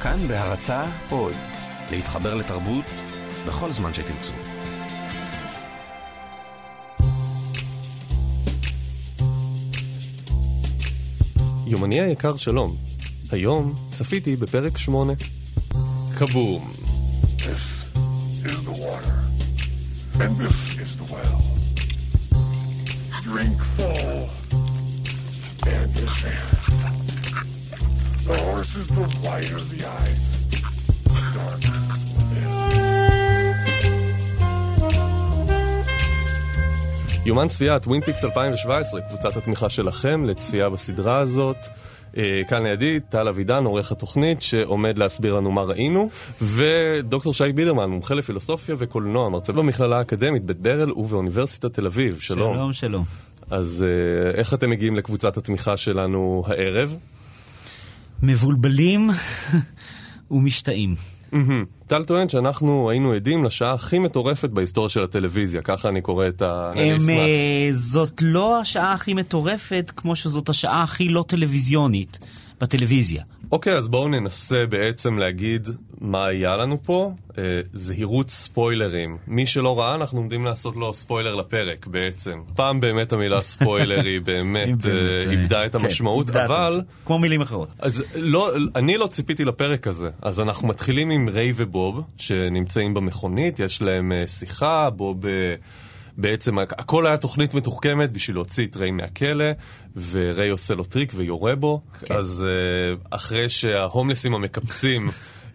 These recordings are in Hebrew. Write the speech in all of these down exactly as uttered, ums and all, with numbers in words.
כאן בהרצאה עוד, להתחבר לתרבות בכל זמן שתרצו. יומני היקר שלום, היום צפיתי בפרק שמונה. קבום. This is the water, and this is the well. Drink full, and descend. The horse is the white of the eyes, dark within. יומן צפייה, טווין פיקס אלפיים שבע עשרה, קבוצת התמיכה שלכם לצפייה בסדרה הזאת. כאן לידי, טל אבידן, עורך התוכנית, שעומד להסביר לנו מה ראינו, ודוקטור שי בידרמן, מומחה לפילוסופיה וקולנוע, מרצה במכללה האקדמית בית ברל ובאוניברסיטת תל אביב. שלום. שלום, שלום. אז איך אתם מגיעים לקבוצת התמיכה שלנו הערב? מבולבלים ומשתאים. טל טוען שאנחנו היינו עדים לשעה הכי מטורפת בהיסטוריה של הטלוויזיה, ככה אני קורא את ה... זאת לא השעה הכי מטורפת, כמו שזאת השעה הכי לא טלוויזיונית בטלוויזיה. אוקיי, אז בואו ננסה בעצם להגיד מה היה לנו פה. אה, זהירות ספוילרים. מי שלא ראה, אנחנו עומדים לעשות לו ספוילר לפרק בעצם. פעם באמת המילה ספוילר היא באמת אה, איבדה את המשמעות, כן, אבל... כמו מילים אחרות. אז לא, אני לא ציפיתי לפרק הזה. אז אנחנו מתחילים עם ריי ובוב, שנמצאים במכונית, יש להם אה, שיחה, בוב... אה, בעצם הכל היה תוכנית מתוחכמת בשביל להוציא את ריי מהכלא, וריי עושה לו טריק ויורה בו. כן. אז אחרי שההומלסים המקפצים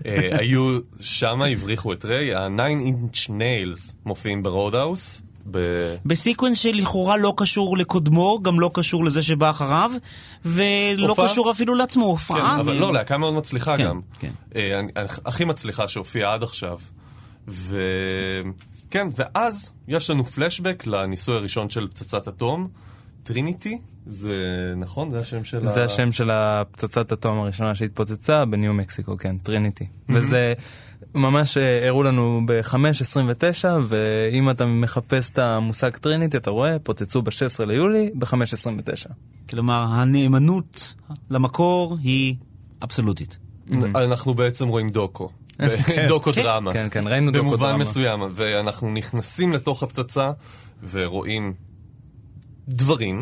היו שמה, הבריחו את ריי, ה-nine inch nails מופיעים ברודהאוס. ב... בסיקוונס שלכאורה לא קשור לקודמו, גם לא קשור לזה שבא אחריו, ולא הופע? קשור אפילו לעצמו, הופעה. כן, אבל ו... לא, להקה מאוד מצליחה כן, גם. כן. הכי מצליחה שהופיעה עד עכשיו. ו... כן, ואז יש לנו פלשבק לניסוי הראשון של פצצת אטום. טריניטי, זה נכון? זה השם של... זה ה... השם של הפצצת אטום הראשונה שהתפוצצה בניו מקסיקו, כן, טריניטי. Mm-hmm. וזה ממש הראו לנו ב-חמש עשרים ותשע, ואם אתה מחפש את המושג טריניטי, אתה רואה, פוצצו ב-שישה עשר ליולי, ב-חמש עשרים ותשע. כלומר, הנאמנות למקור היא אבסולוטית. Mm-hmm. אנחנו בעצם רואים דוקו. דוקו דרמה. כן, כן, ראינו דוקו דרמה. במובן מסוים, ואנחנו נכנסים לתוך הפצצה ורואים דברים,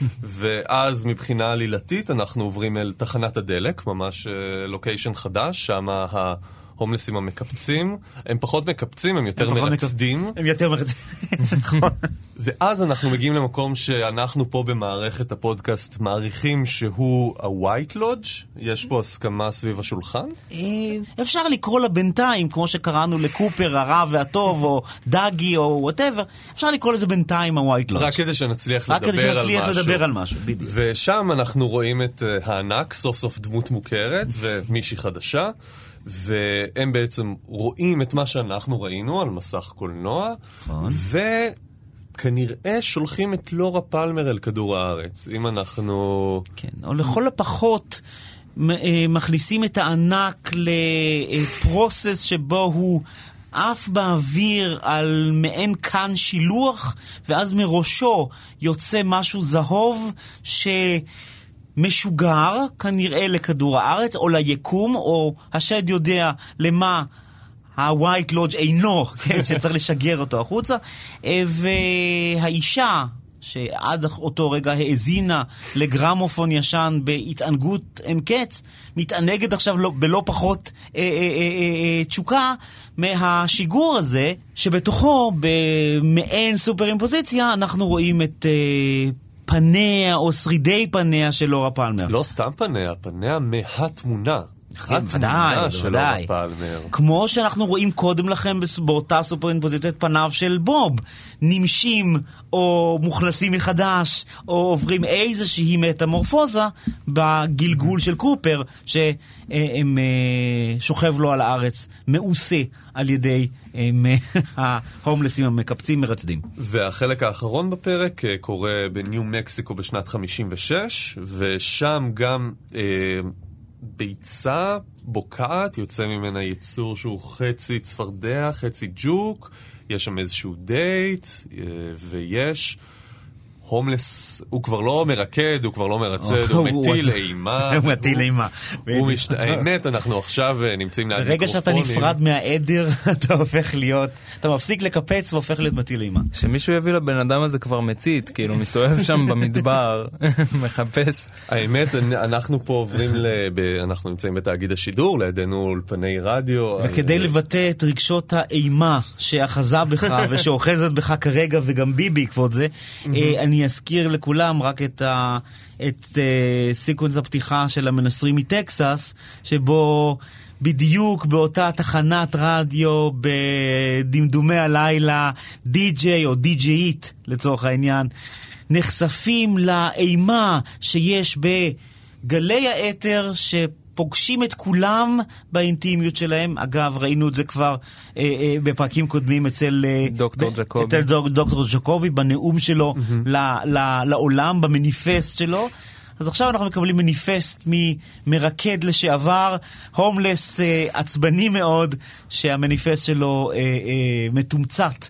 ואז מבחינה עלילתית אנחנו עוברים אל תחנת הדלק, ממש לוקיישן חדש, שם ההומלסים המקפצים, הם פחות מקפצים, הם יותר מרצדים. הם יותר מרצדים, נכון. ואז אנחנו מגיעים למקום שאנחנו פה במערכת הפודקאסט מעריכים שהוא ה-White Lodge. יש פה הסכמה סביב השולחן? אפשר לקרוא לה בינתיים, כמו שקראנו לקופר הרע והטוב, או דאגי, או whatever. אפשר לקרוא לזה בינתיים ה-White Lodge. רק כדי שנצליח לדבר על משהו. רק כדי שנצליח לדבר על משהו, בדיוק. ושם אנחנו רואים את הענק, סוף סוף דמות מוכרת, ומישהי חדשה. והם בעצם רואים את מה שאנחנו ראינו על מסך קולנוע, ו... כנראה שולחים את לורה פלמר אל כדור הארץ, אם אנחנו... כן, או לכל הפחות מכניסים את הענק לפרוסס שבו הוא עף באוויר על מעין כאן שילוח, ואז מראשו יוצא משהו זהוב שמשוגר כנראה לכדור הארץ, או ליקום, או השד יודע למה... ה-White Lodge אינו, שצריך לשגר אותו החוצה, והאישה שעד אותו רגע האזינה לגרמופון ישן בהתענגות אין קץ, מתענגת עכשיו בלא פחות אה, אה, אה, אה, תשוקה מהשיגור הזה, שבתוכו במעין סופר אימפוזיציה אנחנו רואים את אה, פניה או שרידי פניה של לורה פלמר. לא סתם פניה, פניה מהתמונה. ודאי, ודאי. כמו שאנחנו רואים קודם לכם באותה סופר-אימפוזיציית פניו של בוב, נמשים או מוכנסים מחדש, או עוברים איזושהי מטמורפוזה בגלגול של קופר, ששוכב לו על הארץ, מעושה על ידי ההומלסים המקפצים מרצדים. והחלק האחרון בפרק קורה בניו מקסיקו בשנת חמישים ושש, ושם גם... ביצה בוקעת, יוצא ממנה יצור שהוא חצי צפרדע, חצי ג'וק, יש שם איזשהו דייט, ויש הומלס, הוא כבר לא מרקד, הוא כבר לא מרצד, הוא מטיל אימה. הוא מטיל אימה. האמת, אנחנו עכשיו נמצאים ליד מיקרופונים. ברגע שאתה נפרד מהעדר, אתה הופך להיות, אתה מפסיק לקפץ והופך להיות מטיל אימה. שמישהו יביא לבן אדם הזה כבר מצית, כאילו מסתובב שם במדבר, מחפש. האמת, אנחנו פה עוברים, אנחנו נמצאים בתאגיד השידור, לידינו אולפני רדיו. וכדי לבטא את רגשות האימה שאחזה בך ושאוחזת בך כרגע, וגם בי בעקבות זה, אני אזכיר לכולם רק את ה... את uh, סיקוונס הפתיחה של המנסרים מטקסס, שבו בדיוק באותה תחנת רדיו בדמדומי הלילה, די-ג'יי או די-ג'יית לצורך העניין, נחשפים לאימה שיש בגלי האתר שפוגשים את כולם באינטימיות שלהם. אגב, ראינו את זה כבר אה, אה, בפרקים קודמים אצל דוקטור ב- ג'קובי. אצל דוק, דוקטור ג'קובי בנאום שלו mm-hmm. ל- ל- לעולם, במניפסט שלו. אז עכשיו אנחנו מקבלים מניפסט ממרקד לשעבר, הומלס אה, עצבני מאוד, שהמניפסט שלו אה, אה, מתומצת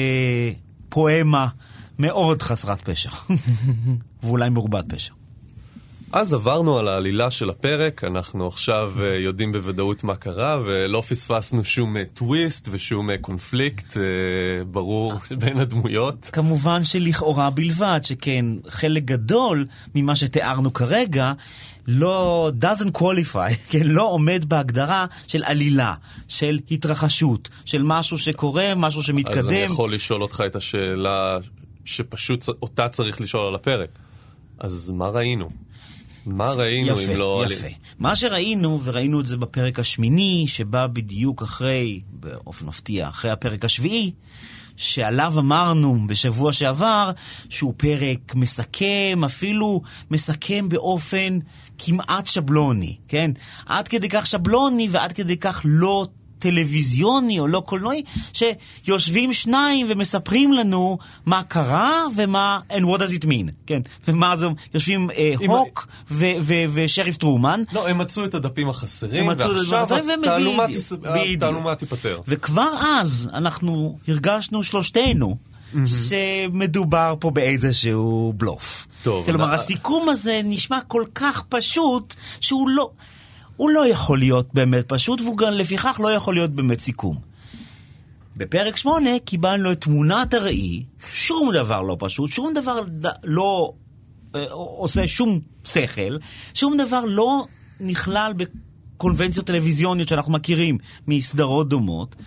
לפואמה מאוד חסרת פשע. ואולי מרובד פשע. אז עברנו על העלילה של הפרק, אנחנו עכשיו uh, יודעים בוודאות מה קרה, ולא פספסנו שום uh, טוויסט ושום uh, קונפליקט uh, ברור בין הדמויות. כמובן שלכאורה בלבד, שכן חלק גדול ממה שתיארנו כרגע, לא doesn't qualify, כן, לא עומד בהגדרה של עלילה, של התרחשות, של משהו שקורה, משהו שמתקדם. אז אני יכול לשאול אותך את השאלה שפשוט אותה צריך לשאול על הפרק. אז מה ראינו? מה ראינו יפה, אם לא... יפה. מה שראינו, וראינו את זה בפרק השמיני, שבא בדיוק אחרי, באופן מפתיע, אחרי הפרק השביעי, שעליו אמרנו בשבוע שעבר, שהוא פרק מסכם, אפילו מסכם באופן כמעט שבלוני, כן? עד כדי כך שבלוני ועד כדי כך לא טלוויזיוני או לא קולנועי, שיושבים שניים ומספרים לנו מה קרה ומה, and what does it mean, כן? ומה זה, יושבים אה, הוק ו- ו- ושריף טרומן. לא, הם מצאו את הדפים החסרים, ועכשיו התעלומה תיפטר. וכבר אז אנחנו הרגשנו שלושתנו, שמדובר פה באיזשהו בלוף. טוב. כלומר, הסיכום הזה נשמע כל כך פשוט, שהוא לא... הוא לא יכול להיות באמת פשוט, והוא גם לפיכך לא יכול להיות באמת סיכום. בפרק שמונה קיבלנו את תמונת הראי, שום דבר לא פשוט, שום דבר לא אה, עושה שום שכל, שום דבר לא נכלל בקונבנציות טלוויזיוניות שאנחנו מכירים מסדרות דומות,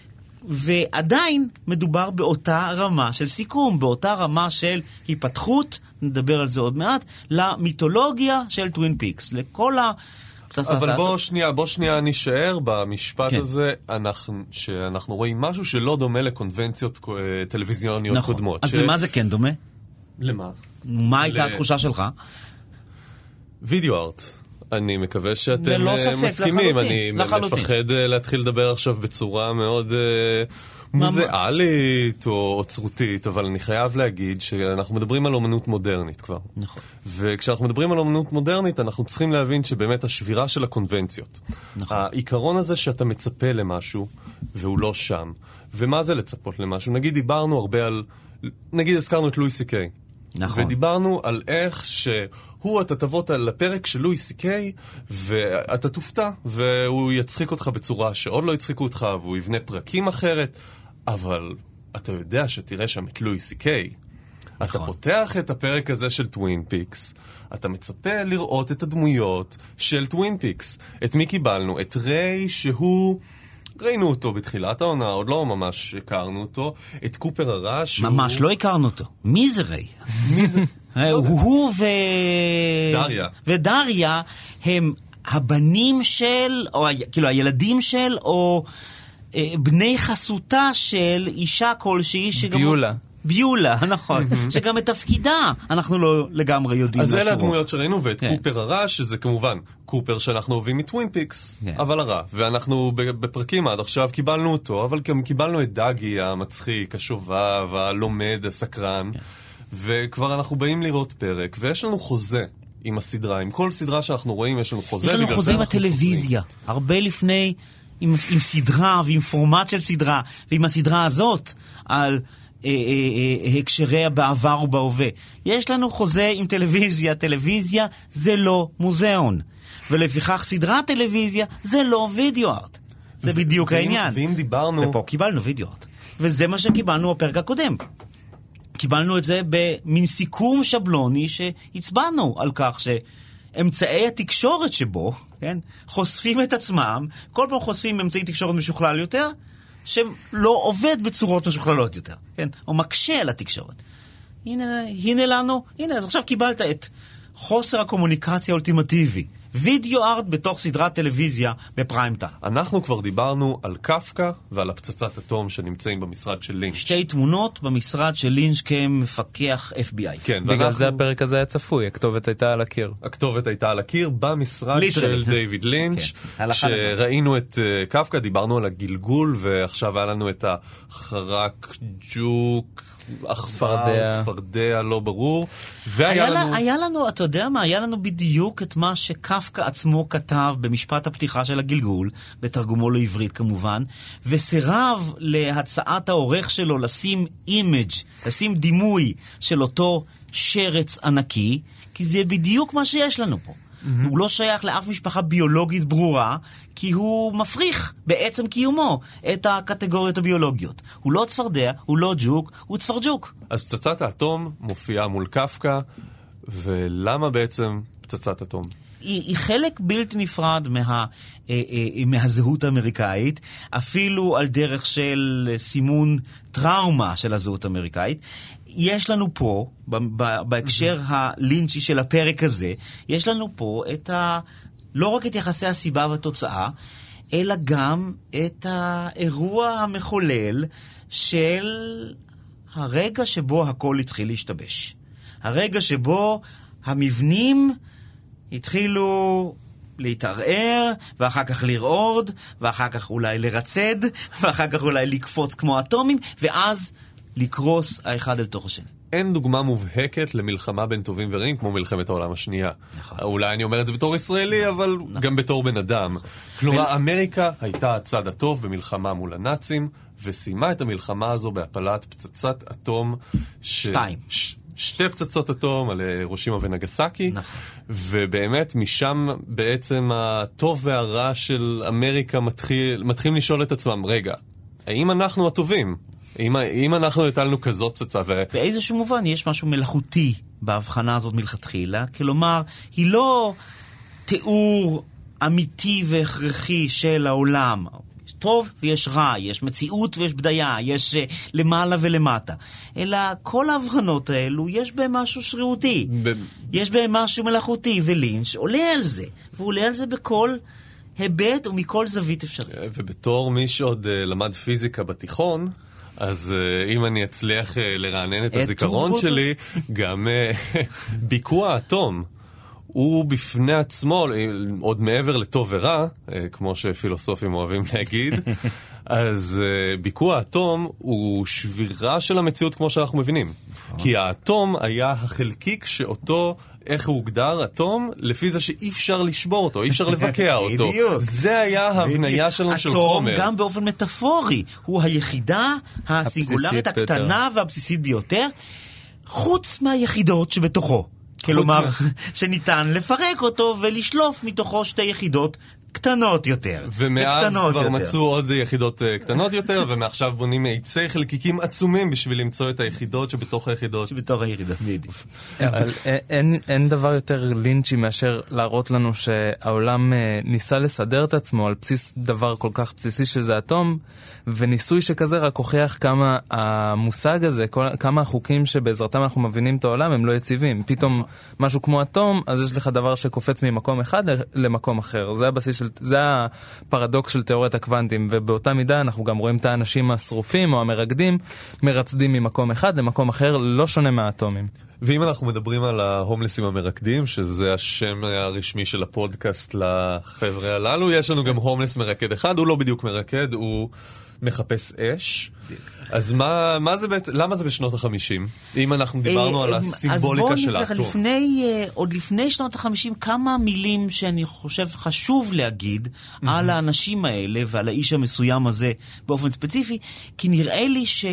ועדיין מדובר באותה רמה של סיכום, באותה רמה של היפתחות, נדבר על זה עוד מעט, למיתולוגיה של טווין פיקס, לכל ה... אבל בוא שנייה, בוא שנייה נשאר במשפט כן. הזה, אנחנו, שאנחנו רואים משהו שלא דומה לקונבנציות טלוויזיוניות נכון. קודמות. אז ש... למה זה כן דומה? למה? מה הייתה ל... התחושה שלך? וידאו ארט. אני מקווה שאתם ללא ספק, מסכימים. לחלוטין, אני לחלוטין. מפחד להתחיל לדבר עכשיו בצורה מאוד מוזיאלית או אוצרותית, אבל אני חייב להגיד שאנחנו מדברים על אומנות מודרנית כבר. נכון. וכשאנחנו מדברים על אומנות מודרנית, אנחנו צריכים להבין שבאמת השבירה של הקונבנציות. נכון. העיקרון הזה שאתה מצפה למשהו, והוא לא שם. ומה זה לצפות למשהו? נגיד דיברנו הרבה על... נגיד הזכרנו את לואי סי קיי. נכון. ודיברנו על איך שהוא, אתה תבוא על הפרק של לואי סי קיי, ואתה תופתע, והוא יצחיק אותך בצורה שעוד לא יצחיקו אותך, והוא יבנה פרקים אחרת, אבל אתה יודע שתראה שם את לואי סי קיי. נכון. אתה פותח את הפרק הזה של טווין פיקס, אתה מצפה לראות את הדמויות של טווין פיקס. את מי קיבלנו? את ריי שהוא... ראינו אותו בתחילת העונה, עוד לא ממש הכרנו אותו. את קופר הרש. ממש שהוא... לא הכרנו אותו. מי זה ריי? מי זה? הוא ו... דריה. ודריה הם הבנים של, או כאילו הילדים של, או אה, בני חסותה של אישה כלשהי שגם... ביולה. ביולה, נכון. שגם את תפקידה אנחנו לא לגמרי יודעים. אז אלה הדמויות שראינו, ואת קופר הרע, שזה כמובן קופר שאנחנו אוהבים מטווין פיקס, אבל הרע. ואנחנו בפרקים עד עכשיו קיבלנו אותו, אבל גם קיבלנו את דאגי המצחיק, השובב, הלומד, הסקרן, וכבר אנחנו באים לראות פרק, ויש לנו חוזה עם הסדרה. עם כל סדרה שאנחנו רואים יש לנו חוזה. יש לנו חוזה עם הטלוויזיה, הרבה לפני, עם סדרה ועם פורמט של סדרה, ועם הסדרה הזאת, על... אה, אה, אה, הקשרי בעבר ובהווה. יש לנו חוזה עם טלוויזיה. טלוויזיה זה לא מוזיאון. ולפיכך סדרת טלוויזיה זה לא וידאו ארט. זה בדיוק ואם, העניין. ואם דיברנו... ופה קיבלנו וידאו ארט. וזה מה שקיבלנו בפרק הקודם. קיבלנו את זה במין סיכום שבלוני שהצבענו על כך שאמצעי התקשורת שבו, כן, חושפים את עצמם, כל פעם חושפים אמצעי תקשורת משוכלל יותר, שלא עובד בצורות משוכללות יותר, כן, או מקשה על התקשורת. הנה, הנה לנו, הנה, אז עכשיו קיבלת את חוסר הקומוניקציה האולטימטיבי. וידאו ארט בתוך סדרת טלוויזיה בפריים טיים. אנחנו כבר דיברנו על קפקא ועל הפצצת אטום שנמצאים במשרד של לינץ'. שתי תמונות במשרד של לינץ' כמפקח אף בי איי. כן, בגלל ואנחנו... זה הפרק הזה היה צפוי, הכתובת הייתה על הקיר. הכתובת הייתה על הקיר במשרד ליטרלי. של דיוויד לינץ'. כן, שראינו את uh, קפקא, דיברנו על הגלגול, ועכשיו היה לנו את החרק ג'וק... צפרדע. צפרדע, לא ברור. היה לנו... היה לנו, אתה יודע מה, היה לנו בדיוק את מה שקפקא עצמו כתב במשפט הפתיחה של הגלגול, בתרגומו לעברית כמובן, וסירב להצעת העורך שלו לשים אימג', לשים דימוי של אותו שרץ ענקי, כי זה בדיוק מה שיש לנו פה. Mm-hmm. הוא לא שייך לאף משפחה ביולוגית ברורה, כי הוא מפריך בעצם קיומו את הקטגוריות הביולוגיות. הוא לא צפרדע, הוא לא ג'וק, הוא צפרג'וק. אז פצצת האטום מופיעה מול קפקא, ולמה בעצם פצצת אטום? היא, היא חלק בלתי נפרד מה, אה, אה, מהזהות האמריקאית, אפילו על דרך של סימון טראומה של הזהות האמריקאית. יש לנו פה, בהקשר הלינצ'י של הפרק הזה, יש לנו פה את ה... לא רק את יחסי הסיבה והתוצאה, אלא גם את האירוע המחולל של הרגע שבו הכל התחיל להשתבש. הרגע שבו המבנים התחילו להתערער, ואחר כך לרעוד, ואחר כך אולי לרצד, ואחר כך אולי לקפוץ כמו אטומים, ואז לקרוס האחד אל תוך השני. אין דוגמה מובהקת למלחמה בין טובים ורעים כמו מלחמת העולם השנייה. נכון. אולי אני אומר את זה בתור ישראלי, אבל נכון. גם בתור בן אדם. כלומר, ו... אמריקה הייתה הצד הטוב במלחמה מול הנאצים, וסיימה את המלחמה הזו בהפלת פצצת אטום. ש... שתיים. ש... שתי פצצות אטום על הירושימה ונגסקי. נכון. ובאמת משם בעצם הטוב והרע של אמריקה מתחיל, מתחילים לשאול את עצמם, רגע, האם אנחנו הטובים? אם, אם אנחנו הטלנו כזאת פצצה ו... באיזשהו מובן יש משהו מלאכותי בהבחנה הזאת מלכתחילה, כלומר, היא לא תיאור אמיתי והכרחי של העולם. יש טוב ויש רע, יש מציאות ויש בדיה, יש uh, למעלה ולמטה. אלא כל ההבחנות האלו, יש בהם משהו שרירותי. ב... יש בהם משהו מלאכותי, ולינץ' עולה על זה. והוא עולה על זה בכל היבט ומכל זווית אפשרית. ובתור מי שעוד uh, למד פיזיקה בתיכון, אז uh, אם אני אצליח uh, לרענן את הזיכרון שלי, גם uh, ביקוע האטום הוא בפני עצמו, עוד מעבר לטוב ורע, uh, כמו שפילוסופים אוהבים להגיד, אז uh, ביקוע האטום הוא שבירה של המציאות כמו שאנחנו מבינים. כי האטום היה החלקיק שאותו, איך הוא הוגדר, אטום, לפי זה שאי אפשר לשבור אותו, אי אפשר לבקע אותו. זה היה ההבניה שלנו של חומר. אטום גם באופן מטאפורי, הוא היחידה הסינגולרית הקטנה והבסיסית ביותר, חוץ מהיחידות שבתוכו. כלומר, שניתן לפרק אותו ולשלוף מתוכו שתי יחידות קטנות יותר. ומאז כבר מצאו עוד יחידות קטנות יותר, ומעכשיו בונים עצי חלקיקים עצומים בשביל למצוא את היחידות שבתוך היחידות. שבתוך היחידות, בדיוק. אבל אין דבר יותר לינצ'י מאשר להראות לנו שהעולם ניסה לסדר את עצמו על בסיס דבר כל כך בסיסי שזה אטום, וניסוי שכזה רק הוכיח כמה המושג הזה, כמה החוקים שבעזרתם אנחנו מבינים את העולם הם לא יציבים. פתאום משהו כמו אטום, אז יש לך דבר שקופץ ממקום אחד למקום אחר. זה הבסיס של, זה הפרדוקס של תיאוריית הקוונטים, ובאותה מידה אנחנו גם רואים את האנשים השרופים או המרקדים מרצדים ממקום אחד למקום אחר, לא שונה מהאטומים. ואם אנחנו מדברים על ההומלסים המרקדים, שזה השם הרשמי של הפודקאסט לחבר'ה הללו, יש לנו גם הומלס מרקד אחד, הוא לא בדיוק מרקד, הוא מחפש אש. אז מה, מה זה בעצם, למה זה בשנות החמישים? אם אנחנו דיברנו על הסימבוליקה של האטום. לפני, עוד לפני שנות החמישים, כמה מילים שאני חושב חשוב להגיד על האנשים האלה ועל האיש המסוים הזה באופן ספציפי, כי נראה לי ש...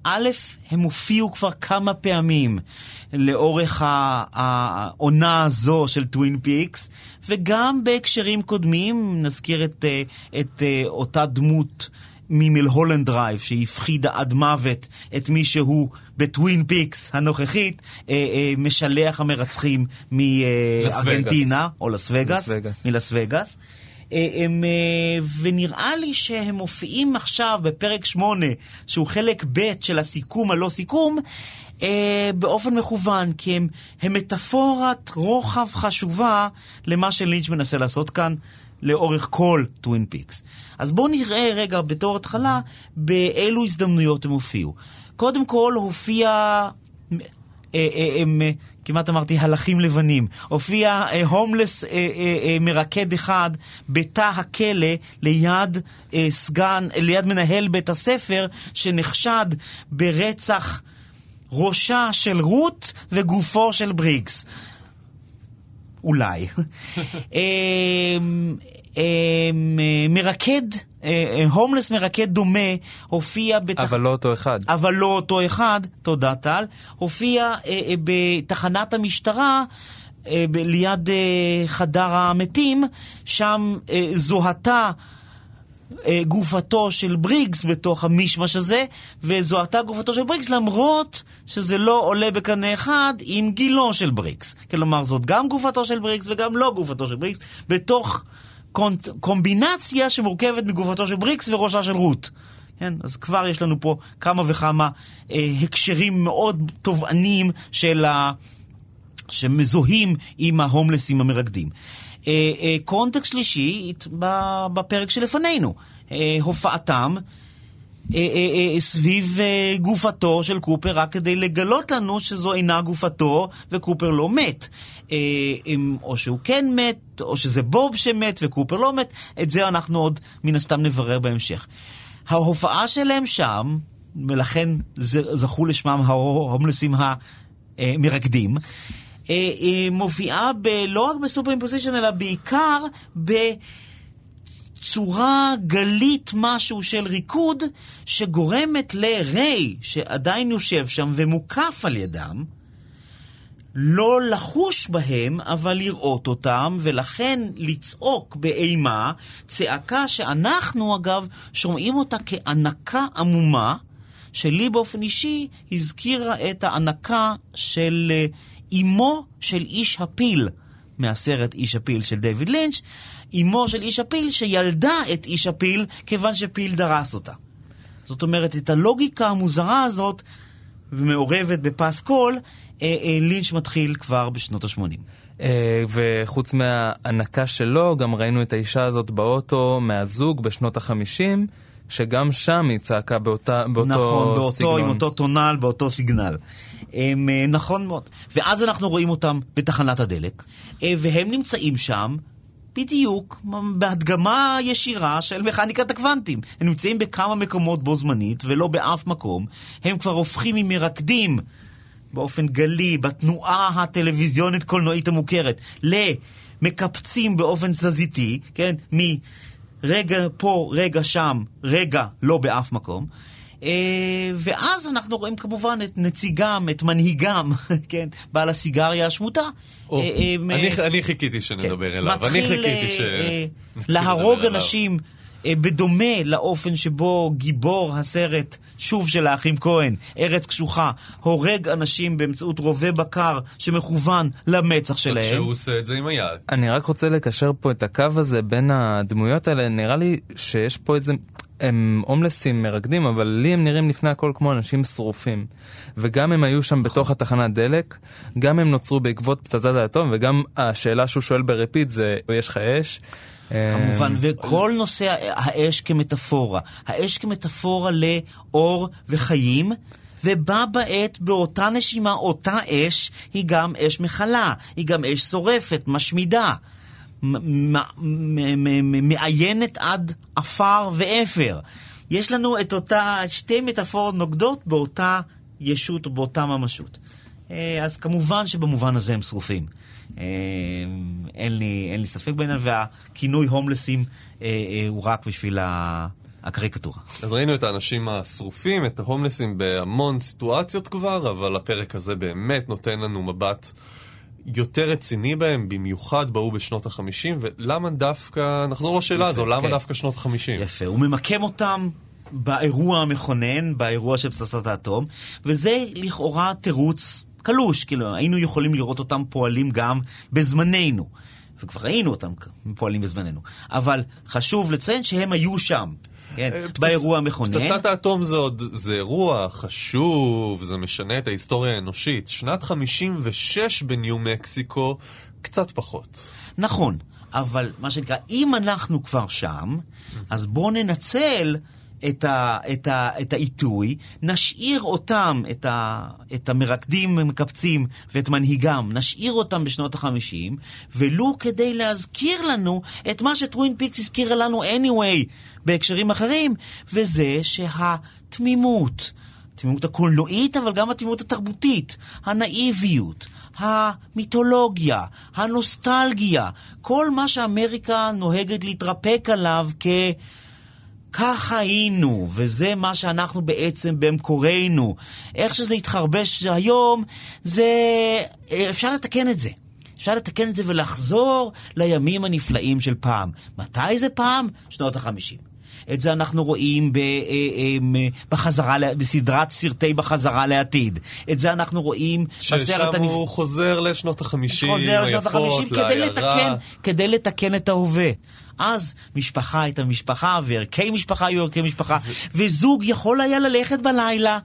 א', הם הופיעו כבר כמה פעמים לאורך העונה הזו של טווין פיקס, וגם בהקשרים קודמים, נזכיר את, את אותה דמות ממלהולנד דרייב, שהפחידה עד מוות את מי שהוא בטווין פיקס הנוכחית, משלח המרצחים מארגנטינה, או לס וגאס, מלס וגאס. הם, ונראה לי שהם מופיעים עכשיו בפרק שמונה, שהוא חלק ב' של הסיכום הלא סיכום, באופן מכוון, כי הם, הם מטאפורת רוחב חשובה למה שלינץ' מנסה לעשות כאן לאורך כל טווין פיקס. אז בואו נראה רגע בתור התחלה באילו הזדמנויות הם הופיעו. קודם כל הופיע, הם, כמעט אמרתי הלכים לבנים, הופיע הומלס מרקד אחד בתא הכלא ליד סגן, ליד מנהל בית הספר שנחשד ברצח ראשה של רות וגופו של בריגס. אולי. מרקד, הומלס מרקד דומה, הופיע בתח... אבל לא אותו אחד. אבל לא אותו אחד, תודה טל, הופיע בתחנת המשטרה, ליד חדר המתים, שם זוהתה גופתו של בריגס בתוך המשמש הזה, וזוהתה גופתו של בריגס למרות שזה לא עולה בקנה אחד עם גילו של בריגס. כלומר, זאת גם גופתו של בריגס וגם לא גופתו של בריגס, בתוך קומבינציה שמורכבת מגופתו של בריגס וראשה של רות. כן? אז כבר יש לנו פה כמה וכמה אה, הקשרים מאוד תובעניים של ה... שמזוהים עם ההומלסים המרקדים. אה, אה, קונטקסט שלישי בפרק שלפנינו, אה, הופעתם אה, אה, אה, סביב אה, גופתו של קופר, רק כדי לגלות לנו שזו אינה גופתו וקופר לא מת. אה, אה, או שהוא כן מת, או שזה בוב שמת וקופר לא מת. את זה אנחנו עוד מן הסתם נברר בהמשך. ההופעה שלהם שם, ולכן זכו לשמם ההומלסים המרקדים, מופיעה לא רק בסופר אימפוזישן, אלא בעיקר בצורה גלית משהו של ריקוד, שגורמת לריי, שעדיין יושב שם ומוקף על ידם, לא לחוש בהם, אבל לראות אותם, ולכן לצעוק באימה, צעקה שאנחנו אגב שומעים אותה כענקה עמומה, שלי באופן אישי הזכירה את הענקה של אימו של איש הפיל, מהסרט איש הפיל של דיוויד לינץ', אימו של איש הפיל שילדה את איש הפיל כיוון שפיל דרס אותה. זאת אומרת, את הלוגיקה המוזרה הזאת, ומעורבת בפסקול, לינץ' מתחיל כבר בשנות ה-שמונים. וחוץ מהענקה שלו, גם ראינו את האישה הזאת באוטו מהזוג בשנות ה-חמישים, שגם שם היא צעקה באותה, באותו נכון, באותו, סגנון. עם אותו טונל, באותו סיגנל. הם, נכון מאוד. ואז אנחנו רואים אותם בתחנת הדלק, והם נמצאים שם בדיוק בהדגמה ישירה של מכניקת הקוונטים. הם נמצאים בכמה מקומות בו זמנית, ולא באף מקום. הם כבר הופכים ממרקדים באופן גלי, בתנועה הטלוויזיונית קולנועית המוכרת, למקפצים באופן תזזיתי, כן? מרגע פה, רגע שם, רגע לא באף מקום. ואז אנחנו רואים כמובן את נציגם, את מנהיגם, כן? בעל הסיגריה השמוטה. אני חיכיתי שנדבר אליו. אני חיכיתי ש... להרוג אנשים בדומה לאופן שבו גיבור הסרט שוב של האחים כהן, ארץ קשוחה, הורג אנשים באמצעות רובה בקר שמכוון למצח שלהם. שהוא עושה את זה עם היד. אני רק רוצה לקשר פה את הקו הזה בין הדמויות האלה. נראה לי שיש פה איזה... הם הומלסים מרקדים, אבל לי הם נראים לפני הכל כמו אנשים שרופים. וגם הם היו שם בתוך התחנת דלק, גם הם נוצרו בעקבות פצצת האטום, וגם השאלה שהוא שואל ברפיד זה, יש לך אש? כמובן, וכל נושא האש כמטאפורה. האש כמטאפורה לאור וחיים, ובא בעת באותה נשימה, אותה אש היא גם אש מחלה, היא גם אש שורפת, משמידה. מעיינת עד אפר ואפר. יש לנו את אותה שתי מטאפורות נוגדות באותה ישות או באותה ממשות. אז כמובן שבמובן הזה הם שרופים. אין לי, אין לי ספק בעניין, והכינוי הומלסים הוא רק בשביל הקריקטורה. אז ראינו את האנשים השרופים, את ההומלסים בהמון סיטואציות כבר, אבל הפרק הזה באמת נותן לנו מבט יותר רציני בהם, במיוחד באו בשנות החמישים, ולמה דווקא, נחזור לשאלה הזו, למה דווקא שנות החמישים? יפה, הוא ממקם אותם באירוע המכונן, באירוע של פצצת האטום, וזה לכאורה תירוץ קלוש, כאילו היינו יכולים לראות אותם פועלים גם בזמננו, וכבר ראינו אותם פועלים בזמננו, אבל חשוב לציין שהם היו שם. כן, פצצ... באירוע המכונן. פצצת האטום זה עוד, זה אירוע חשוב, זה משנה את ההיסטוריה האנושית. שנת חמישים ושש בניו מקסיקו, קצת פחות. נכון, אבל מה שנקרא, אם אנחנו כבר שם, אז בואו ננצל את, ה, את, ה, את העיתוי, נשאיר אותם, את, ה, את המרקדים המקפצים ואת מנהיגם, נשאיר אותם בשנות החמישים, ולו כדי להזכיר לנו את מה שטווין פיקס הזכיר לנו anyway, בהקשרים אחרים, וזה שהתמימות, התמימות הקולנועית, אבל גם התמימות התרבותית, הנאיביות, המיתולוגיה, הנוסטלגיה, כל מה שאמריקה נוהגת להתרפק עליו כ... כך היינו, וזה מה שאנחנו בעצם במקורנו. איך שזה התחרבש היום, זה... אפשר לתקן את זה. אפשר לתקן את זה ולחזור לימים הנפלאים של פעם. מתי זה פעם? שנות החמישים. את זה אנחנו רואים ב, בחזרה, בסדרת סרטי בחזרה לעתיד. את זה אנחנו רואים בסרט... ששם הוא חוזר לשנות החמישים, חוזר לשנות החמישים כדי לתקן, כדי לתקן את ההווה. אז משפחה הייתה משפחה, וערכי משפחה היו ערכי משפחה, ו... וזוג יכול היה ללכת בלילה,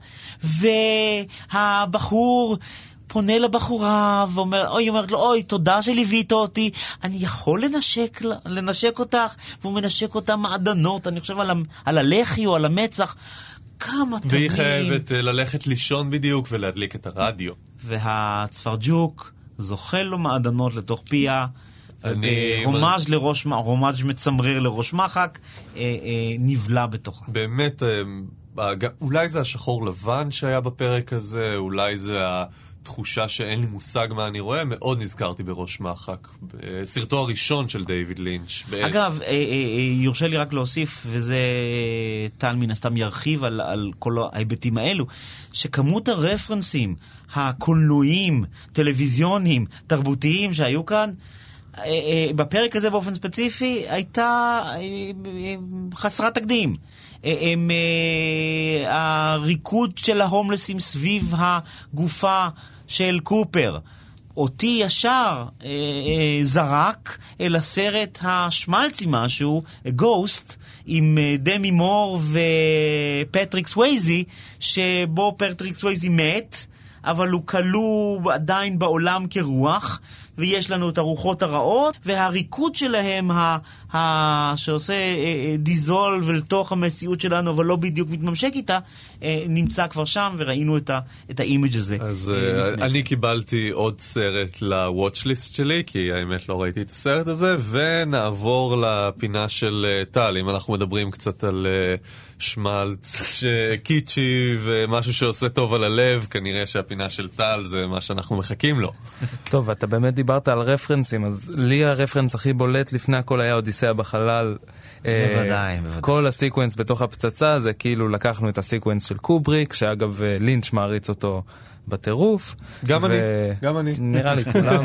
והבחור פונה לבחורה, ואומר, אוי, אומרת לו, אוי, תודה שליווית אותי, אני יכול לנשק, לנשק אותך, והוא מנשק אותה מעדנות, אני חושב על, ה... על הלחי או על המצח, כמה תמיד. והיא חייבת ללכת לישון בדיוק ולהדליק את הרדיו. והצפרג'וק זוכל לו מעדנות לתוך פיה, רומאז' לראש, רומאז' מצמרר לראש מחק, אה, אה, נבלה בתוכה. באמת, אה, אולי זה השחור לבן שהיה בפרק הזה, אולי זה התחושה שאין לי מושג מה אני רואה, מאוד נזכרתי בראש מחק, סרטו הראשון של דיוויד לינץ'. אגב, אה, אה, יורשה לי רק להוסיף, וזה טל מן הסתם ירחיב על, על כל ההיבטים האלו, שכמות הרפרנסים הקולנועיים, טלוויזיוניים, תרבותיים שהיו כאן, בפרק הזה באופן ספציפי הייתה חסרת תקדים. הריקוד של ההומלסים סביב הגופה של קופר אותי ישר זרק אל הסרט השמלצי משהו, גוסט, עם דמי מור ופטריק סווייזי, שבו פטריק סווייזי מת, אבל הוא כלוא עדיין בעולם כרוח, ויש לנו את הרוחות הרעות, והריקוד שלהם, ה, ה, שעושה אה, דיזולב לתוך המציאות שלנו, אבל לא בדיוק מתממשק איתה, אה, נמצא כבר שם, וראינו את, ה, את האימג' הזה. אז אה, אני קיבלתי עוד סרט ל-watchlist שלי, כי האמת לא ראיתי את הסרט הזה, ונעבור לפינה של אה, טל, אם אנחנו מדברים קצת על... אה, שמלץ, קיצ'י ומשהו שעושה טוב על הלב, כנראה שהפינה של טל זה מה שאנחנו מחכים לו. טוב, אתה באמת דיברת על רפרנסים, אז לי הרפרנס הכי בולט לפני הכל היה אודיסאה בחלל. בוודאי, בוודאי. כל הסיקוונס בתוך הפצצה זה כאילו לקחנו את הסיקוונס של קובריק, שאגב לינץ' מעריץ אותו בטירוף. גם אני, גם אני. נראה לי כולם.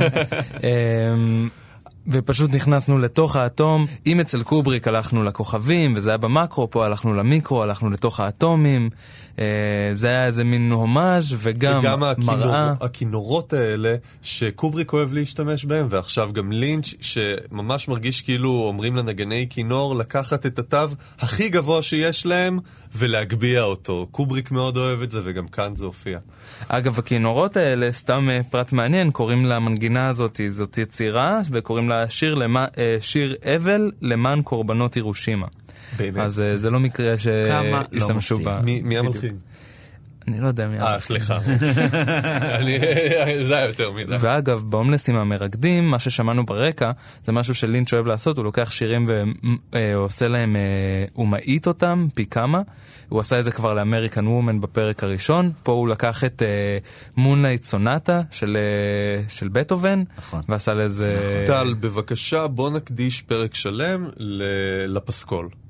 ופשוט נכנסנו לתוך האטום. אם אצל קובריק הלכנו לכוכבים, וזה היה במקרו, פה הלכנו למיקרו, הלכנו לתוך האטומים. זה היה איזה מין הומאז' וגם, וגם מראה. וגם הכינורות האלה שקובריק אוהב להשתמש בהם, ועכשיו גם לינץ' שממש מרגיש כאילו אומרים לנגני כינור לקחת את התו הכי גבוה שיש להם ולהגביע אותו. קובריק מאוד אוהב את זה, וגם כאן זה הופיע. אגב, הכינורות האלה, סתם פרט מעניין, קוראים למנגינה הזאת, זאת יצירה, וקוראים לה שיר, למה, שיר אבל למען קורבנות הירושימה. באמת. אז זה לא מקרה שהשתמשו בה. מי המלחין? אני לא יודע מי המלחין. אה, סליחה. זה היה יותר מדי. ואגב, בהומלסים המרקדים, מה ששמענו ברקע, זה משהו שלינץ' אוהב לעשות, הוא לוקח שירים ועושה להם, הוא מעיט אותם פי כמה. הוא עשה את זה כבר לאמריקן וומן בפרק הראשון. פה הוא לקח את מונלייט סונטה של בטהובן, ועשה לזה... טל, בבקשה, בוא נקדיש פרק שלם לפסקול.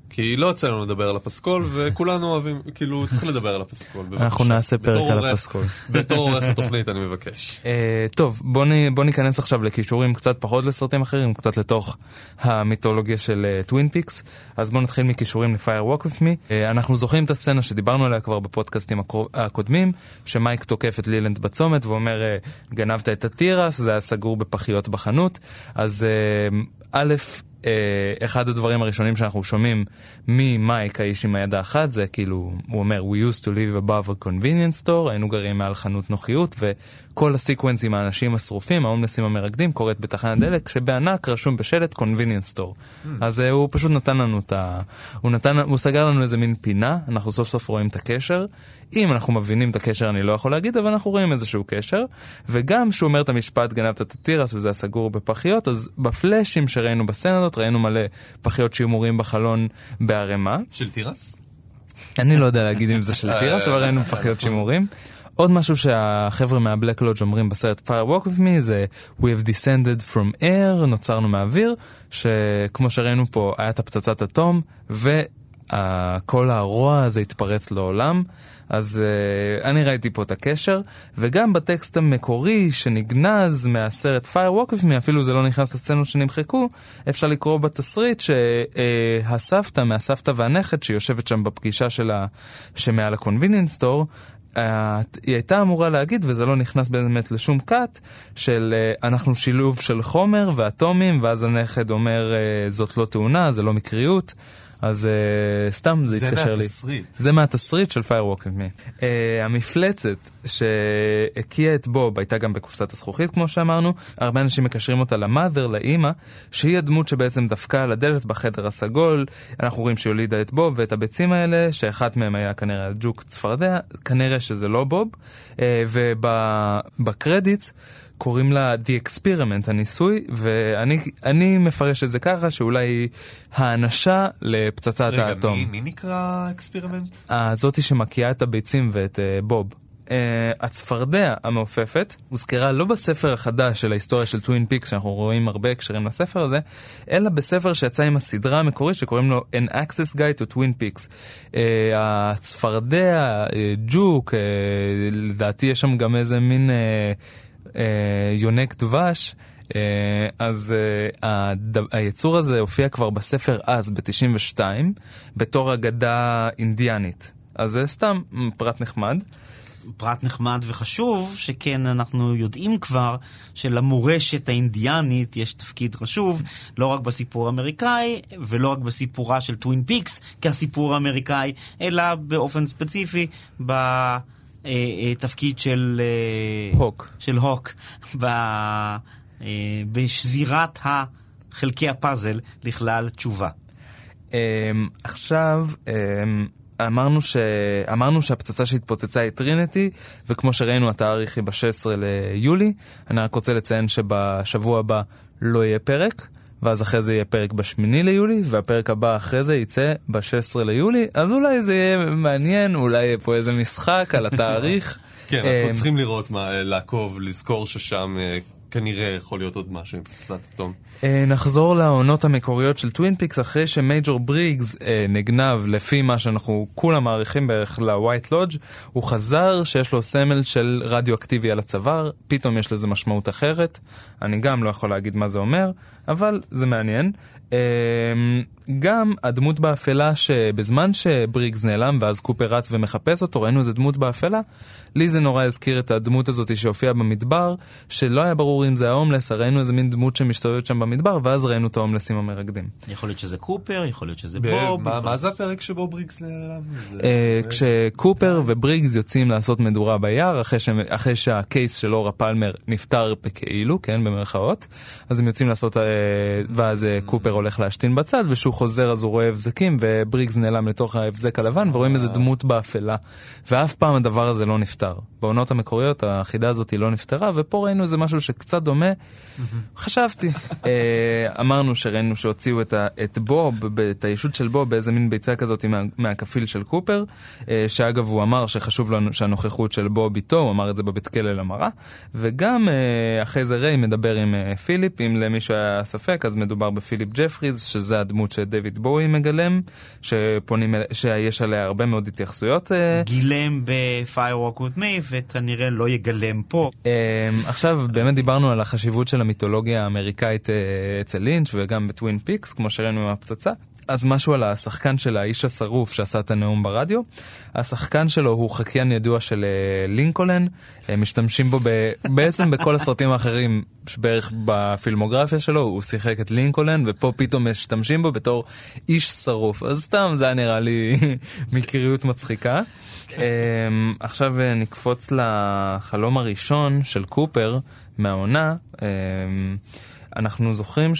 כי לא יוצא לנו לדבר על הפסקול, וכולנו אוהבים, כאילו, צריך לדבר על הפסקול. אנחנו נעשה פרק על הפסקול. בתור עורך התוכנית, אני מבקש. טוב, בוא ניכנס עכשיו לקישורים קצת פחות לסרטים אחרים, קצת לתוך המיתולוגיה של טווין פיקס. אז בואו נתחיל מקישורים ל-Fire Walk With Me. אנחנו זוכרים את הסצנה שדיברנו עליה כבר בפודקאסטים הקודמים, שמייק תוקף את לילנד בצומת, ואומר, גנבת את הטירס, זה היה סגור בפחיות בחנות. אז א', אחד הדברים הראשונים שאנחנו שומעים ממייק, האיש עם היד האחת, זה כאילו, הוא אומר, we used to live above a convenience store, היינו גרים מעל חנות נוחיות, וכל הסיקוונס עם האנשים השרופים, ההומלסים המרקדים, קורית בתחנת דלק, שבענק רשום בשלט convenience store. Mm. אז uh, הוא פשוט נתן לנו את ה... הוא, נתן... הוא סגר לנו איזה מין פינה, אנחנו סוף סוף רואים את הקשר. אם אנחנו מבינים את הקשר, אני לא יכול להגיד, אבל אנחנו רואים איזשהו קשר. וגם שהוא אומר את המשפט, גנבת את הטירס, וזה הסגור בפחיות, אז בפלאשים שראינו בסצנה הזאת, ראינו מלא פחיות שימורים בחלון בערימה. של טירס? אני לא יודע להגיד אם זה של טירס, אבל ראינו פחיות שימורים. עוד משהו שהחבר'ה מהבלק לודג' אומרים בסרט Fire Walk With Me זה We have descended from air, נוצרנו מהאוויר, שכמו שראינו פה היה את הפצצת אטום, וכל הרוע הזה התפרץ לעולם. אז uh, אני ראיתי פה את הקשר, וגם בטקסט המקורי שנגנז מהסרט Fire Walk With Me, אפילו זה לא נכנס לסצנות שנמחקו, אפשר לקרוא בתסריט שהסבתא, uh, מהסבתא והנכד שיושבת שם בפגישה שלה, שמעל ה-convenience store, uh, היא הייתה אמורה להגיד, וזה לא נכנס באמת לשום קאט, של uh, אנחנו שילוב של חומר ואטומים, ואז הנכד אומר, uh, זאת לא תאונה, זה לא מקריות, אז uh, סתם זה, זה התקשר לי. זה מהתסריט. זה מהתסריט של Fire Walk With Me. Uh, המפלצת שהקיעה את בוב הייתה גם בקופסת הזכוכית, כמו שאמרנו. הרבה אנשים מקשרים אותה למאדר, לאמא, שהיא הדמות שבעצם דפקה על הדלת בחדר הסגול. אנחנו רואים שהיא הולידה את בוב ואת הביצים האלה, שאחת מהם היה כנראה ג'וק צפרדע, כנראה שזה לא בוב. Uh, ובקרדיטס, קוראים לה The Experiment, הניסוי, ואני אני מפרש את זה ככה, שאולי האנשה לפצצת רגע, האטום. רגע, מי, מי נקרא אקספרימנט? הזאתי שמקיעה את הביצים ואת uh, בוב. Uh, הצפרדע המעופפת הוזכרה לא בספר החדש של ההיסטוריה של טווין פיקס, שאנחנו רואים הרבה הקשרים לספר הזה, אלא בספר שיצא עם הסדרה המקורית שקוראים לו An Access Guide to Twin Peaks. Uh, הצפרדע, uh, ג'וק, uh, לדעתי יש שם גם איזה מין... Uh, יונק דבש, אז היצור הזה הופיע כבר בספר אז ב-תשעים ושתיים בתור אגדה אינדיאנית. אז זה סתם פרט נחמד. פרט נחמד וחשוב, שכן אנחנו יודעים כבר שלמורשת האינדיאנית יש תפקיד חשוב, לא רק בסיפור האמריקאי, ולא רק בסיפורה של טווין פיקס כסיפור האמריקאי, אלא באופן ספציפי ב... תפקיד של הוק, של הוק בשזירת חלקי הפאזל לכלל תשובה. עכשיו אמרנו ש אמרנו שהפצצה שהתפוצצה היא טריניטי, וכמו שראינו התאריך היא ב-שישה עשר ליולי. אני רק רוצה לציין שבשבוע הבא לא יהיה פרק, ואז אחרי זה יהיה פרק בשמיני ליולי, והפרק הבא אחרי זה יצא ב-שישה עשר ליולי, אז אולי זה יהיה מעניין, אולי יהיה פה איזה משחק על התאריך. כן, אנחנו צריכים לראות מה, לעקוב, לזכור ששם כנראה יכול להיות עוד משהו עם פצצת אטום. נחזור לעונות המקוריות של טווין פיקס, אחרי שמייג'ור בריגס נגנב, לפי מה שאנחנו כולם מעריכים בערך לווייט לודג', הוא חזר שיש לו סמל של רדיואקטיבי על הצוואר, פתאום יש לזה משמעות אחרת, אני גם לא יכול להגיד מה זה אומר, אבל זה מעניין. גם הדמות באפלה שבזמן שבריגס נעלם ואז קופר רץ ומחפש אותו, ראינו איזה דמות באפלה, לי זה נורא הזכיר את הדמות הזאת שהופיעה במדבר, שלא היה ברור אם זה ההומלס, ראינו איזה מין דמות שמסתובבת שם במדבר, ואז ראינו את ההומלסים המרקדים. יכול להיות שזה קופר, יכול להיות שזה בוב. מה זה הפרק שבו בריגס נעלם? כשקופר ובריגס יוצאים לעשות מדורה ביער, אחרי שהקייס של אורה פלמר נפטר בכאילו, כן, במרכאות, אז הם יוצאים לעשות, ואז קופר הולך להשתין בצד, ושהוא חוזר אז הוא רואה הבזקים, ובריגס נעלם לתוך ההבזק הלבן, ורואים איזה דמות באפלה. ואף פעם הדבר הזה לא נפטר. בעונות המקוריות החידה הזאת לא נפטרה, ופה ראינו איזה משהו שקצת דומה. חשבתי. אמרנו שראינו שהוציאו את בוב, את הישות של בוב, באיזה מין ביצה כזאת מהכפיל של קופר, שאגב הוא אמר שחשוב לנו שהנוכחות של בוב איתו, הוא אמר את זה בבית כלא למראה, וגם אחרי זה ריי מדבר עם פיליפ, אם למישהו היה ספק, אז מדובר בפיליפ ג'פריז, שזה הדמות שדייוויד בואי מגלם, שפונים, שיש עליה הרבה מאוד התייחסויות. גילם ב-Firewalk With Me, וכנראה לא יגלם פה. עכשיו, באמת דיברנו על החשיבות של המיתולוגיה האמריקאית אצל לינץ' וגם בטווין פיקס, כמו שראינו עם הפצצה. אז משהו על השחקן של האיש השרוף שעשה את הנאום ברדיו. השחקן שלו הוא חקיין ידוע של לינקולן, משתמשים בו ב... בעצם בכל הסרטים האחרים בערך בפילמוגרפיה שלו, הוא שיחק את לינקולן, ופה פתאום משתמשים בו בתור איש שרוף. אז סתם זה היה נראה לי מקריות מצחיקה. עכשיו נקפוץ לחלום הראשון של קופר מהעונה. אנחנו זוכרים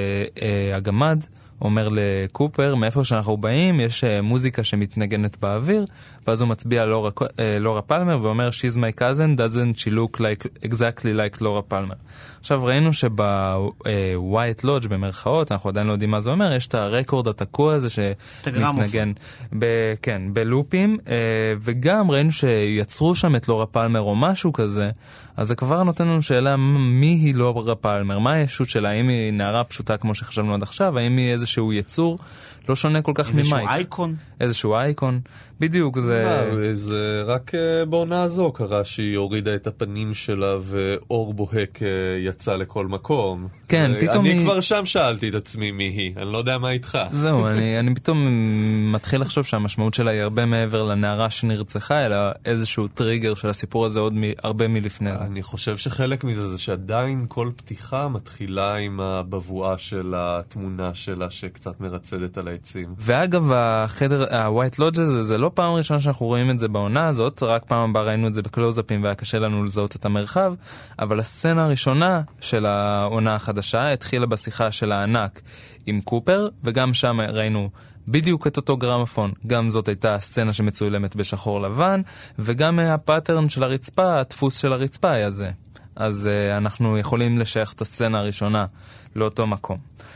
שהגמד אומר לקופר, מאיפה שאנחנו באים, יש מוזיקה שמתנגנת באוויר, ואז הוא מצביע על לורה, לורה פלמר, ואומר, She's my cousin, doesn't she look like, exactly like לורה פלמר. עכשיו ראינו שבווייט לודג' במרכאות, אנחנו עדיין לא יודעים מה זה אומר, יש את הרקורד התקוע הזה שמתנגן, ב, כן, בלופים, וגם ראינו שיצרו שם את לורה פלמר או משהו כזה, אז זה כבר נותן לנו שאלה מי היא לורה פלמר, מה הישות שלה, האם היא נערה פשוטה כמו שחשבנו עד עכשיו, האם היא איזשהו יצור לא שונה כל כך ממייק. איזשהו אייקון. איזשהו אייקון. בדיוק, זה... זה רק בעונה הזו קרה שהיא הורידה את הפנים שלה ואור בוהק יצא לכל מקום. כן, פתאום אני היא... כבר שם שאלתי את עצמי מי היא, אני לא יודע מה איתך. זהו, אני, אני פתאום מתחיל לחשוב שהמשמעות שלה היא הרבה מעבר לנערה שנרצחה, אלא איזשהו טריגר של הסיפור הזה עוד מ... הרבה מלפני. אני חושב שחלק מזה זה שעדיין כל פתיחה מתחילה עם הבבואה של התמונה שלה שקצת מרצדת על העצים. ואגב, החדר, ה-White Lodge הזה, זה לא פעם ראשונה שאנחנו רואים את זה בעונה הזאת, רק פעם הבאה ראינו את זה בקלוזאפים והיה קשה לנו לזהות את המרחב, אבל הסצנה הראשונה של העונה החדשה התחילה בשיחה של הענק עם קופר, וגם שם ראינו בדיוק את אותו גרמפון. גם זאת הייתה הסצנה שמצוילמת בשחור לבן, וגם הפאטרן של הרצפה, הדפוס של הרצפה היה זה. אז uh, אנחנו יכולים לשייך את הסצנה הראשונה לאותו מקום.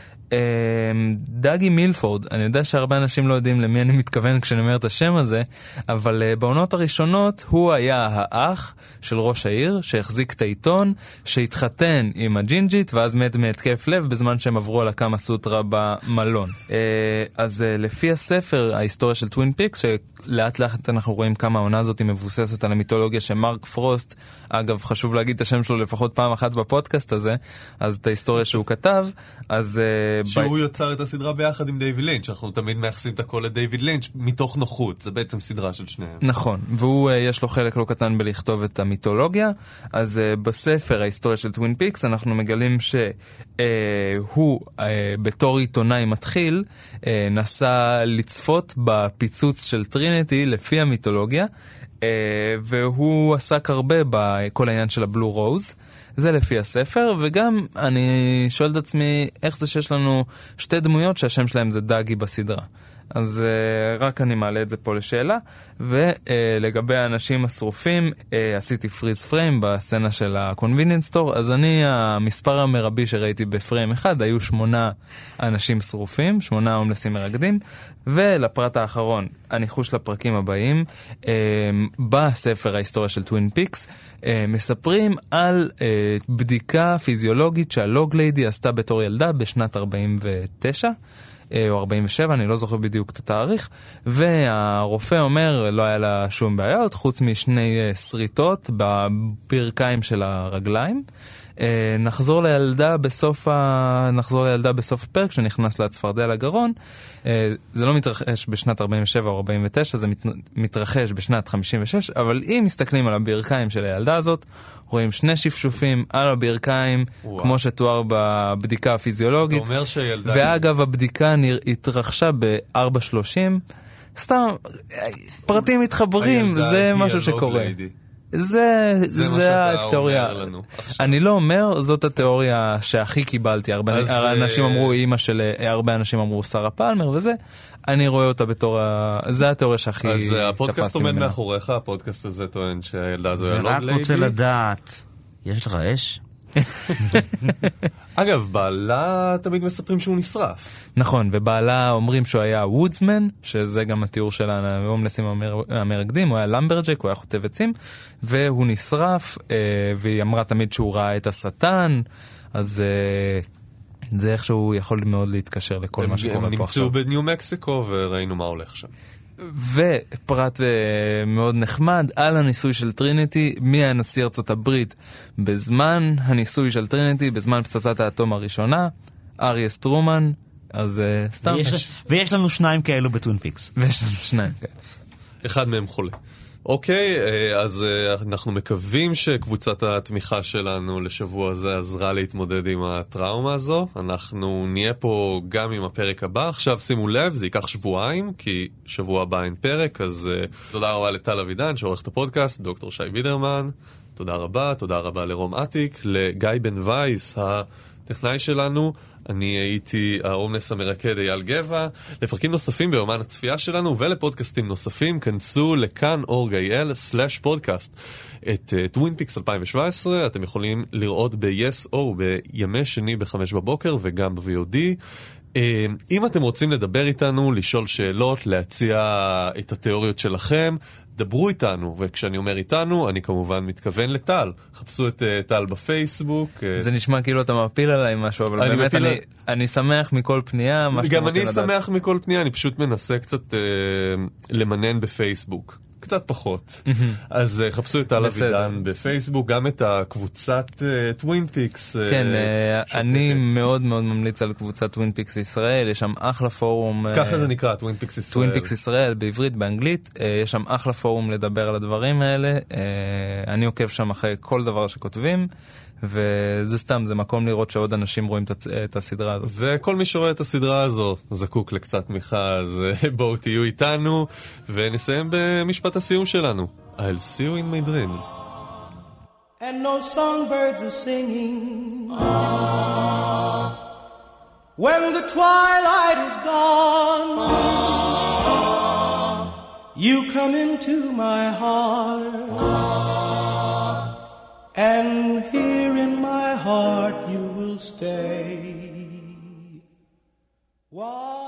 דאגי מילפורד, אני יודע שהרבה אנשים לא יודעים למי אני מתכוון כשאני אומר את השם הזה, אבל בעונות הראשונות הוא היה האח של ראש העיר שהחזיק את העיתון, שהתחתן עם הג'ינג'ית ואז מת מהתקף לב בזמן שהם עברו על הקמה סוטרה במלון. אז לפי הספר ההיסטוריה של טווין פיקס, שלאט לאט אנחנו רואים כמה העונה הזאת היא מבוססת על המיתולוגיה של מרק פרוסט, אגב חשוב להגיד את השם שלו לפחות פעם אחת בפודקאסט הזה, אז את ההיסטוריה שהוא כתב, אז שהוא יוצר את הסדרה ביחד עם דיוויד לינץ', אנחנו תמיד מייחסים את הכל לדיוויד לינץ' מתוך נוחות, זה בעצם סדרה של שניהם. נכון, והוא יש לו חלק לא קטן בלכתוב את המיתולוגיה, אז בספר ההיסטוריה של טווין פיקס אנחנו מגלים שהוא בתור עיתונאי מתחיל נסע לצפות בפיצוץ של טריניטי לפי המיתולוגיה, והוא עסק הרבה בכל העניין של הבלו רוז, זה לפי הספר, וגם אני שואל את עצמי איך זה שיש לנו שתי דמויות שהשם שלהם זה דאגי בסדרה. אז uh, רק אני מעלה את זה פה לשאלה, ולגבי uh, האנשים השרופים, uh, עשיתי פריז פריים בסצנה של ה-convenience store, אז אני, המספר המרבי שראיתי בפריים אחד, היו שמונה אנשים שרופים, שמונה הומלסים מרקדים, ולפרט האחרון, הניחוש לפרקים הבאים, uh, בספר ההיסטוריה של טווין פיקס, uh, מספרים על uh, בדיקה פיזיולוגית שהלוג ליידי עשתה בתור ילדה בשנת ארבעים ותשע, או ארבעים ושבע, אני לא זוכר בדיוק את התאריך, והרופא אומר, לא היה לה שום בעיות, חוץ משני שריטות בברכיים של הרגליים. נחזור לילדה בסוף ה... נחזור לילדה בסוף הפרק, שנכנס לה צפרדע לגרון. זה לא מתרחש בשנת ארבעים ושבע או ארבעים ותשע, זה מת... מתרחש בשנת חמישים ושש, אבל אם מסתכלים על הברכיים של הילדה הזאת, רואים שני שפשופים על הברכיים, וואו. כמו שתואר בבדיקה הפיזיולוגית. אתה אומר שהילדה... ואגב, הבדיקה נר... התרחשה ב-ארבע שלושים. סתם, פרטים מתחברים, זה משהו שקורה. זה, זה, זה התיאוריה. אני לא אומר, זאת התיאוריה שהכי קיבלתי. הרבה אנשים אמרו, אמא של הרבה אנשים אמרו שרה פלמר וזה. אני רואה אותה בתור, זה התיאוריה שהכי תפסתי ממנה. אז הפודקאסט עומד מאחוריך, הפודקאסט הזה טוען שהילדה הזו היה לוג ליידי. ורק רוצה לדעת, יש לך אש? אגב, בעלה תמיד מספרים שהוא נשרף. נכון, ובעלה אומרים שהוא היה וודסמן, שזה גם התיאור של ההומלסים המרקדים, הוא היה למברג'ק, הוא היה חוטב עצים, והוא נשרף, והיא אמרה תמיד שהוא ראה את השטן, אז זה איכשהו יכול מאוד להתקשר לכל מה שקורה פה עכשיו. הם נמצאו בניו מקסיקו וראינו מה הולך שם. ופרט מאוד נחמד על הניסוי של טריניטי, מי היה נשיא ארצות הברית בזמן הניסוי של טריניטי, בזמן פצצת האטום הראשונה, אריאס טרומן. אז סתם. ויש, ויש לנו שניים כאלו בטווין פיקס. ויש לנו שניים כאלו. אחד מהם חולה. אוקיי, אז אנחנו מקווים שקבוצת התמיכה שלנו לשבוע הזה עזרה להתמודד עם הטראומה הזו. אנחנו נהיה פה גם עם הפרק הבא. עכשיו שימו לב, זה ייקח שבועיים, כי שבוע הבא אין פרק, אז תודה רבה לטל אבידן שעורך את הפודקאסט, דוקטור שי וידרמן. תודה רבה, תודה רבה לרום עתיק, לגיא בן וייס, הטכנאי שלנו. אני הייתי האומנס המרקד אייל גבע. לפרקים נוספים ביומן הצפייה שלנו ולפודקאסטים נוספים, כנסו לכאן אורג איי אל סלש פודקאסט. את טווין פיקס אלפיים שבע עשרה אתם יכולים לראות ב-Yes או בימי שני בחמש בבוקר וגם ב-וי או די. אם אתם רוצים לדבר איתנו, לשאול שאלות, להציע את התיאוריות שלכם, דברו איתנו, וכשאני אומר איתנו, אני כמובן מתכוון לטל. חפשו את uh, טל בפייסבוק. זה נשמע כאילו אתה מפיל עליי משהו, אבל אני באמת אני, על... אני שמח מכל פנייה. גם אני שמח מכל פנייה, אני פשוט מנסה קצת uh, למנן בפייסבוק. קצת פחות. אז uh, חפשו את טל אבידן בפייסבוק, גם את הקבוצת uh, טווין פיקס. כן, uh, אני מאוד מאוד ממליץ על קבוצת טווין פיקס ישראל, יש שם אחלה פורום. ככה זה נקרא, טווין פיקס ישראל. טווין פיקס ישראל, בעברית, באנגלית, uh, יש שם אחלה פורום לדבר על הדברים האלה. Uh, אני עוקב שם אחרי כל דבר שכותבים, וזה סתם, זה מקום לראות שעוד אנשים רואים את הסדרה הזאת. וכל מי שרואה את הסדרה הזו זקוק לקצת תמיכה, אז בואו תהיו איתנו, ונסיים במשפט הסיום שלנו. I'll see you in my dreams. And no songbirds are singing ah. When the twilight is gone ah. You come into my heart ah. And here in my heart you will stay. Why?